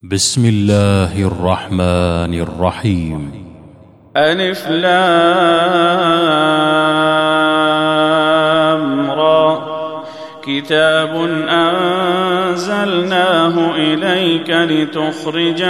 بسم الله الرحمن الرحيم. ألف لام را. كتاب أنزلناه إليك لتخرج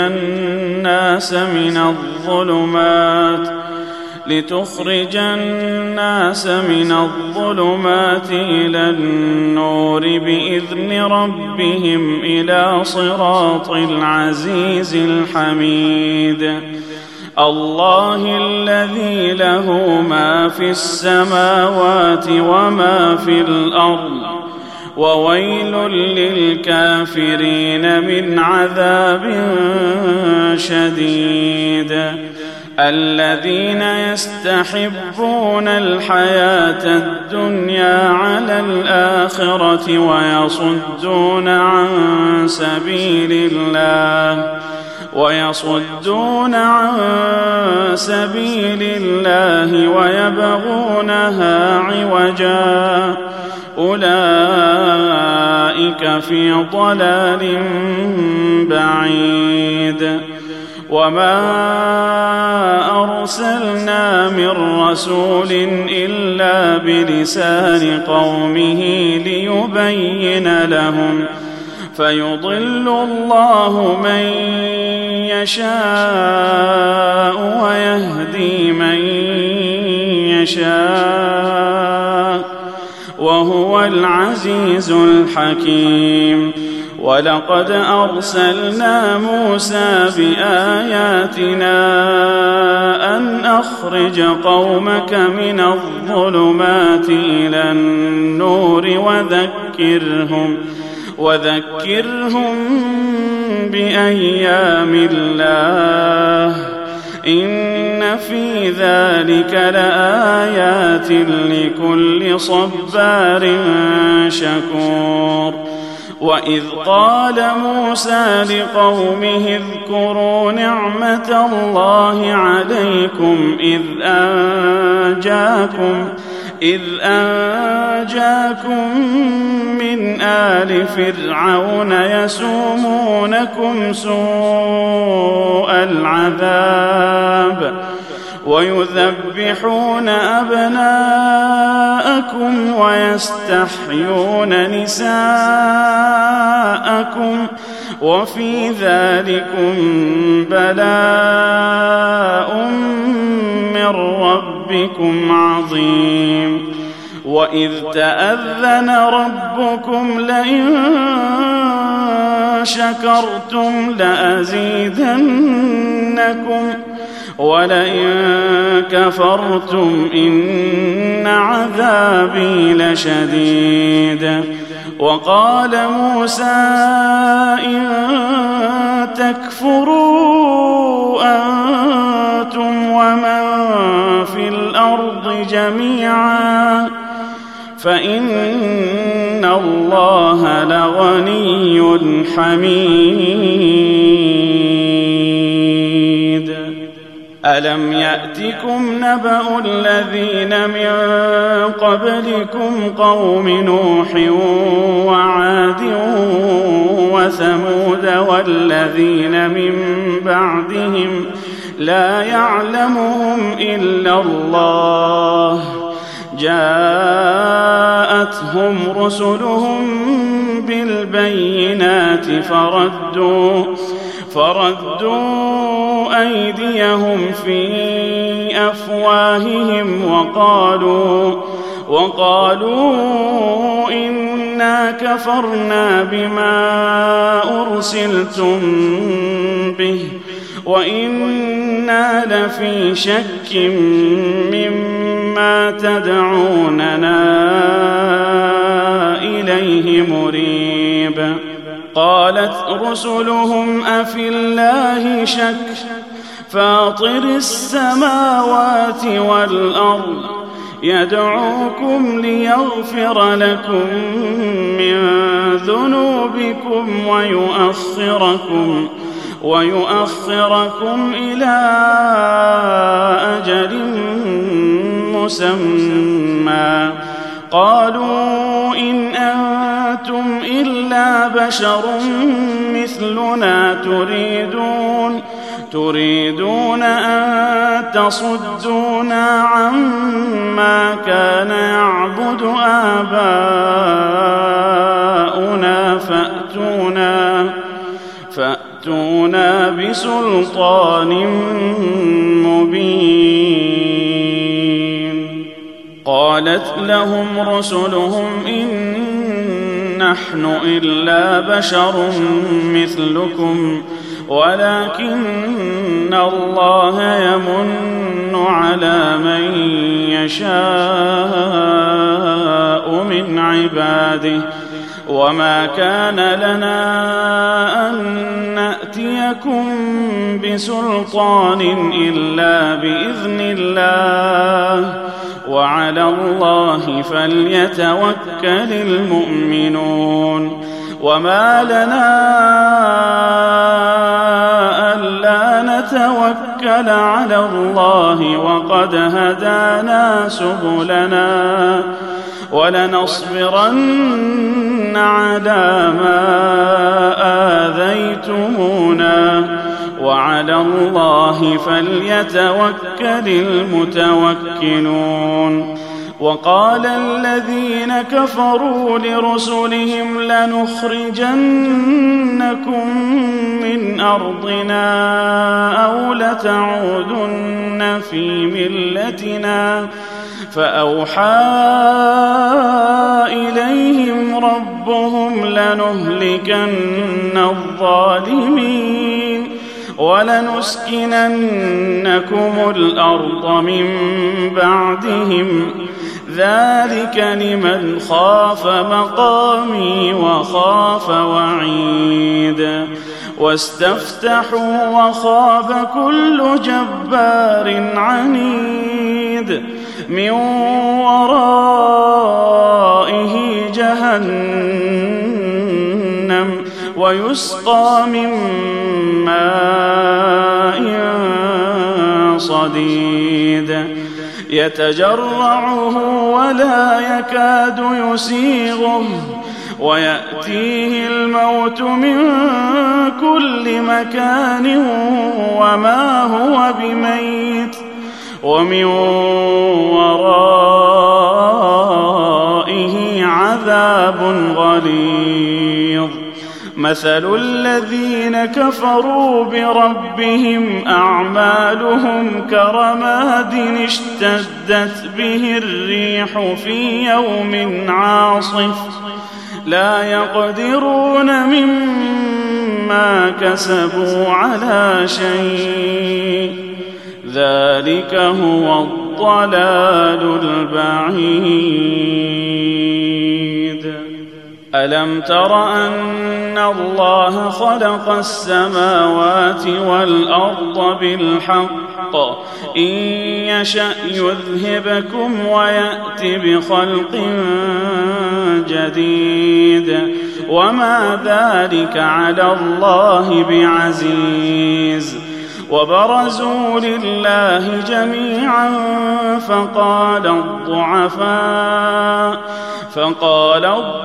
الناس من الظلمات إلى النور بإذن ربهم إلى صراط العزيز الحميد. الله الذي له ما في السماوات وما في الأرض، وويل للكافرين من عذاب شديد. الذين يستحبون الحياة الدنيا على الآخرة ويصدون عن سبيل الله ويبغونها عوجا، أولئك في ضلال بعيد. وما أرسلنا من رسول إلا بلسان قومه ليبين لهم، فيضل الله من يشاء ويهدي من يشاء، وهو العزيز الحكيم. ولقد أرسلنا موسى بآياتنا أن أخرج قومك من الظلمات إلى النور وذكرهم بأيام الله، إن في ذلك لآيات لكل صبار شكور. وإذ قال موسى لقومه اذكروا نعمة الله عليكم إذ أنجاكم من آل فرعون يسومونكم سوء العذاب ويذبحون أبناءكم ويستحيون نساءكم، وفي ذلكم بلاء من ربكم عظيم. وإذ تأذن ربكم لئن شكرتم لأزيدنكم ولئن كفرتم إن عذابي لشديد. وقال موسى إن تكفروا أنتم ومن في الأرض جميعا فإن الله لغني حميد. ألم يأتكم نبأ الذين من قبلكم قوم نوح وعاد وثمود والذين من بعدهم لا يعلمهم إلا الله، جاءتهم رسلهم بالبينات فردوا أيديهم في أفواههم وقالوا إنا كفرنا بما أرسلتم به وإنا لفي شك مما تدعوننا إليه مريب. قالت رسلهم أفي الله شك فاطر السماوات والأرض يدعوكم ليغفر لكم من ذنوبكم ويؤخركم إلى أجل مسمى. قالوا إن أنتم إلا بشر مثلنا تريدون أن تصدونا عما كان يعبد آباؤنا فأتونا بسلطان مبين. قالت لهم رسلهم إن نحن إلا بشر مثلكم ولكن الله يمن على من يشاء من عباده وما كان لنا أن نأتيكم بسلطان إلا بإذن الله وعلى الله فليتوكل المؤمنون. وما لنا ألا نتوكل على الله وقد هدانا سبلنا ولنصبرن على ما آذيتمونا وعلى الله فليتوكل المتوكلون. وقال الذين كفروا لرسلهم لنخرجنكم من أرضنا أو لتعودن في ملتنا فأوحى إليهم ربهم لنهلكن الظالمين ولنسكننكم الأرض من بعدهم ذلك لمن خاف مقامي وخاف وعيد. واستفتحوا وخاب كل جبار عنيد من ورائه جهنم ويسقى من ماء صديد يتجرعه ولا يكاد يسيغه ويأتيه الموت من كل مكان وما هو بميت ومن ورائه عذاب غليظ. مثل الذين كفروا بربهم أعمالهم كرماد اشتدت به الريح في يوم عاصف لا يقدرون مما كسبوا على شيء ذلك هو الضلال البعيد. ألم تر أن الله خلق السماوات والأرض بالحق إن يشأ يذهبكم ويأت بخلق جديد وما ذلك على الله بعزيز. وبرزوا لله جميعا فقال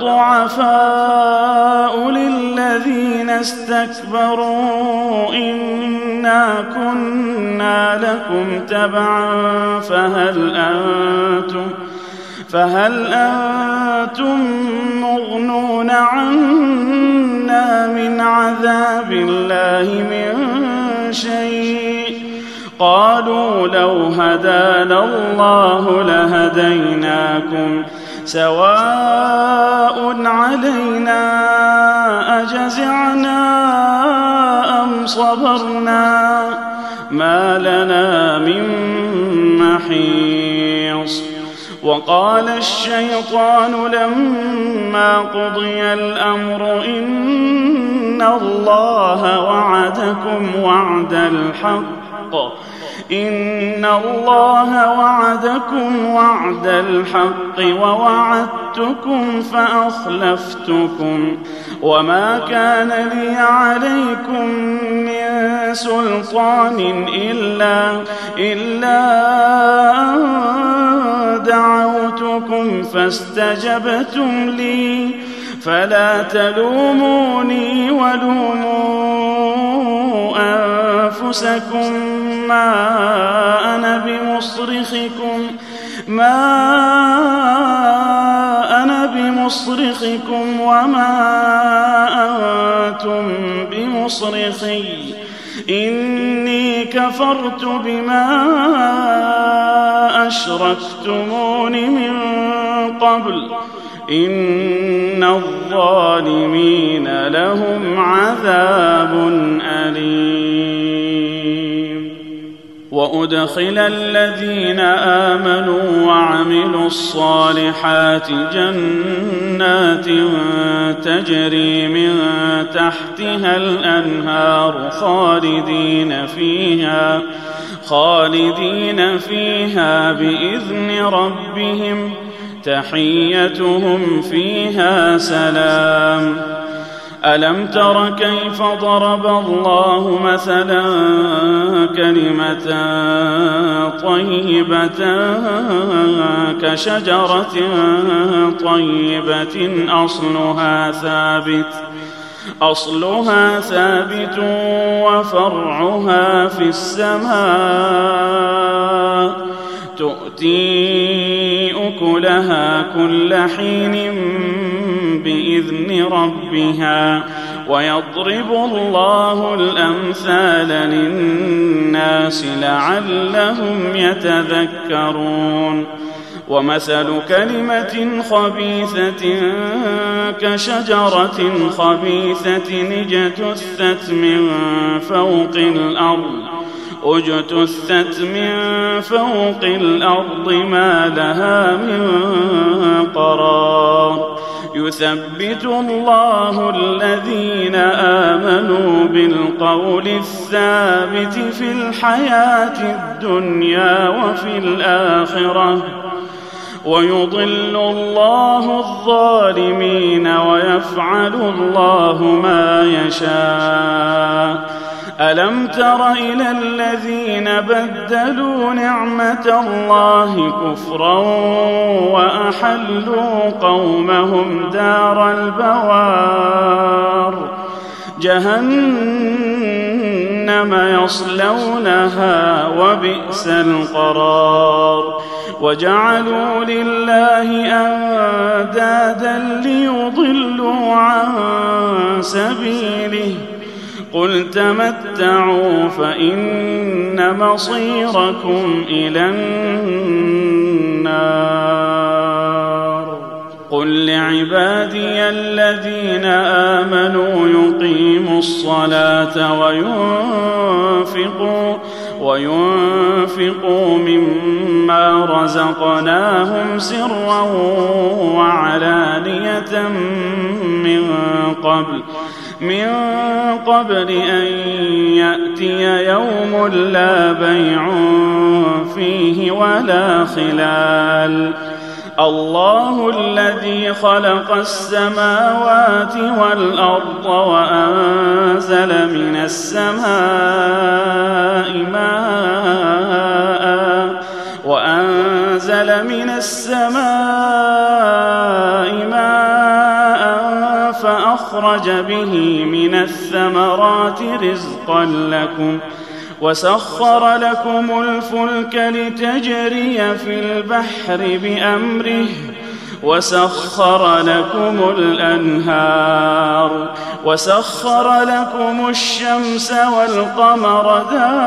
الضعفاء للذين استكبروا إنا كنا لكم تبعا فهل أنتم مغنون عنا من عذاب الله من شيء قالوا لو هدانا الله لهديناكم سواء علينا أجزعنا أم صبرنا ما لنا من محيص. وقال الشيطان لما قضي الأمر إن الله وعدكم وعد الحق ووعدتكم فأخلفتكم وما كان لي عليكم من سلطان إلا أن فلا تلوموني ولوموا أنفسكم ما أنا بمصرخكم وما أنتم بمصرخي إني كفرت بما أشركتمون من قبل إن الظالمين لهم عذاب أليم. وأدخل الذين آمنوا وعملوا الصالحات جنات تجري من تحتها الأنهار خالدين فيها بإذن ربهم تحيتهم فيها سلام. ألم تر كيف ضرب الله مثلا كلمة طيبة كشجرة طيبة أصلها ثابت وفرعها في السماء تؤتي أكلها كل حين بإذن ربها ويضرب الله الأمثال للناس لعلهم يتذكرون. ومثل كلمة خبيثة كشجرة خبيثة اجتثت من فوق الأرض ما لها من قرار. يثبت الله الذين آمنوا بالقول الثابت في الحياة الدنيا وفي الآخرة ويضل الله الظالمين ويفعل الله ما يشاء. ألم تر إلى الذين بدلوا نعمة الله كفرا وأحلوا قومهم دار البوار جهنم يصلونها وبئس القرار. وجعلوا لله أندادا ليضلوا عن سبيله قل تمتعوا فإن مصيركم إلى النار. قل لعبادي الذين آمنوا يقيموا الصلاة وينفقوا مما رزقناهم سرا وعلانية من قبل أن يأتي يوم لا بيع فيه ولا خلال. الله الذي خلق السماوات والأرض وأنزل من السماء ماء فأخرج به من الثمرات رزقا لكم وسخر لكم الفلك لتجري في البحر بأمره وسخر لكم الأنهار وسخر لكم الشمس والقمر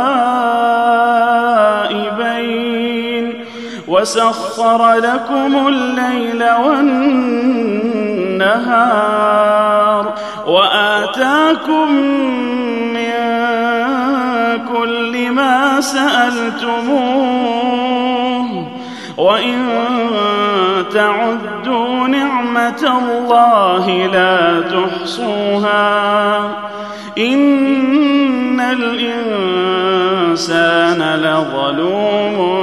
دائبين وسخر لكم الليل والنهار وآتاكم من كل ما سألتموه وإن تعدوا نعمة الله لا تحصوها إن الإنسان لظلوم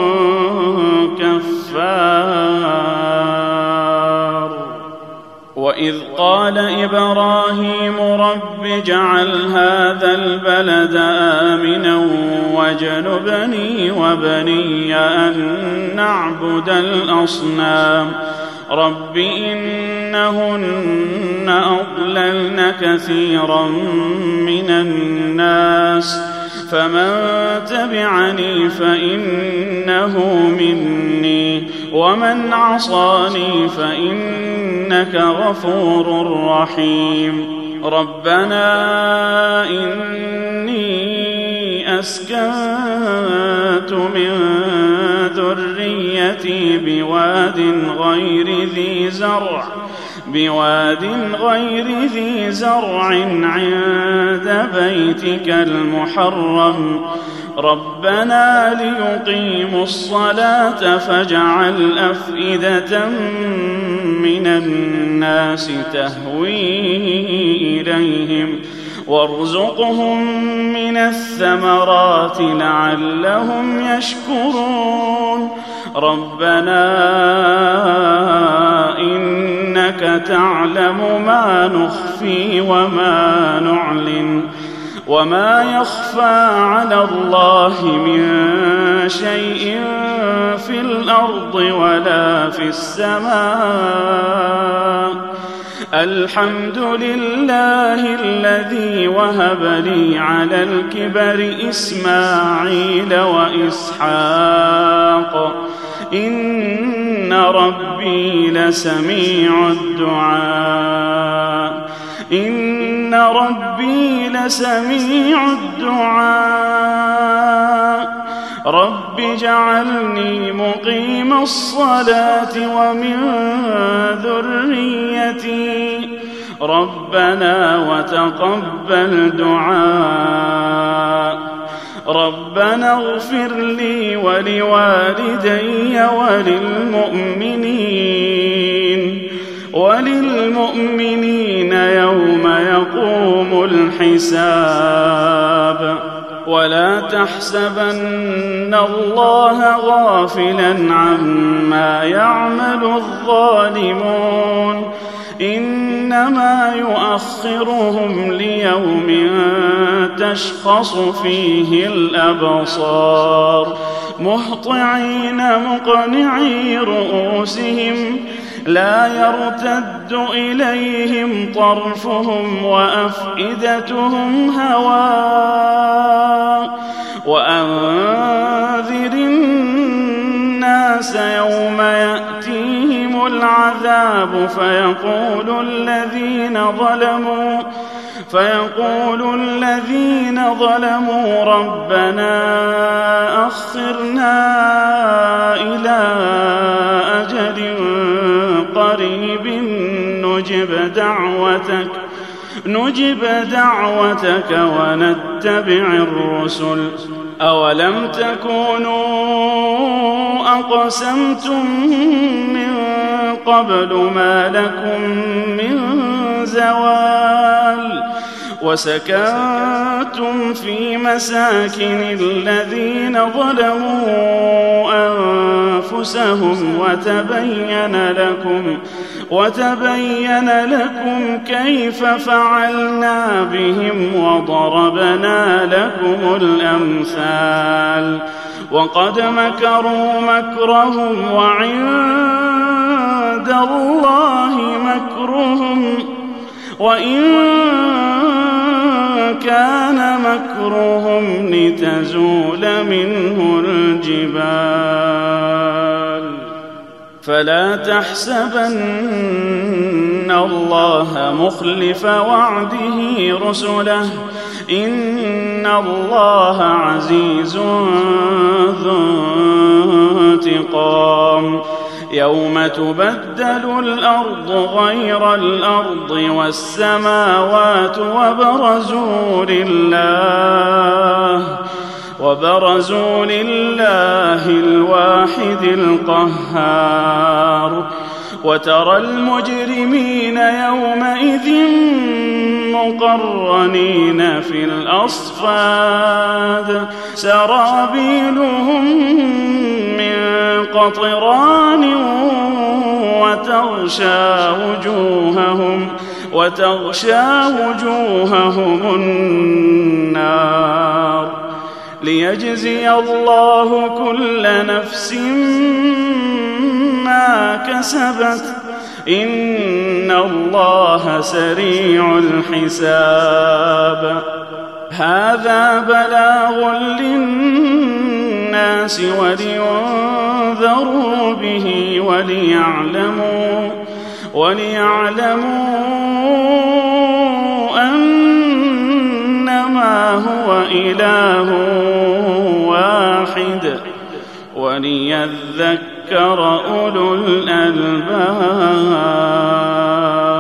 كفار. وإذ قال إبراهيم رب اجعل هذا البلد آمنا واجنبني وبني أن نعبد الأصنام رب إنهن أضللن كثيرا من الناس فمن تبعني فإنه مني ومن عصاني فإنك غفور رحيم ربنا إني أسكنت من ذريتي بواد غير ذي زرع عند بيتك المحرم ربنا ليقيموا الصلاة فاجعل أفئدة من الناس تهوي إليهم وارزقهم من الثمرات لعلهم يشكرون ربنا إنك تعلم ما نخفي وما نعلن وما يخفى على الله من شيء في الأرض ولا في السماء الحمد لله الذي وهب لي على الكبر إسماعيل وإسحاق إن ربي لسميع الدعاء رب اجعلني مقيم الصلاة ومن ذريتي ربنا وتقبل دعاء ربنا اغفر لي ولوالدي وللمؤمنين يوم يقوم الحساب ولا تحسبن الله غافلا عما يعمل الظالمون إنما يؤخرهم ليوم تشخص فيه الأبصار مهطعين مقنعي رؤوسهم لا يرتد إليهم طرفهم وأفئدتهم هواء وأنذر الناس يوم يأتيهم العذاب فيقول الذين ظلموا ربنا أخرنا إلى أجل قريب نجب دعوتك ونتبع الرسل أولم تكونوا أقسمتم من قبل ما لكم من زوال وسكنتم في مساكن الذين ظلموا أنفسهم وتبين لكم كيف فعلنا بهم وضربنا لكم الأمثال وقد مكروا مكرهم وعند الله مكرهم وإن كان مكرهم لتزول منه الجبال فلا تحسبن الله مخلف وعده رسله إن الله عزيز ذو انتقام يوم تبدل الأرض غير الأرض والسماوات وبرزوا لله الواحد القهار وترى المجرمين يومئذ مقرنين في الأصفاد سرابيلهم من قطران وتغشى وجوههم النار ليجزي الله كل نفس ما كسبت إن الله سريع الحساب. هذا بلاغ للناس ولينذروا به وليعلموا أنما هو إله واحد وليذكر أولو الألباب.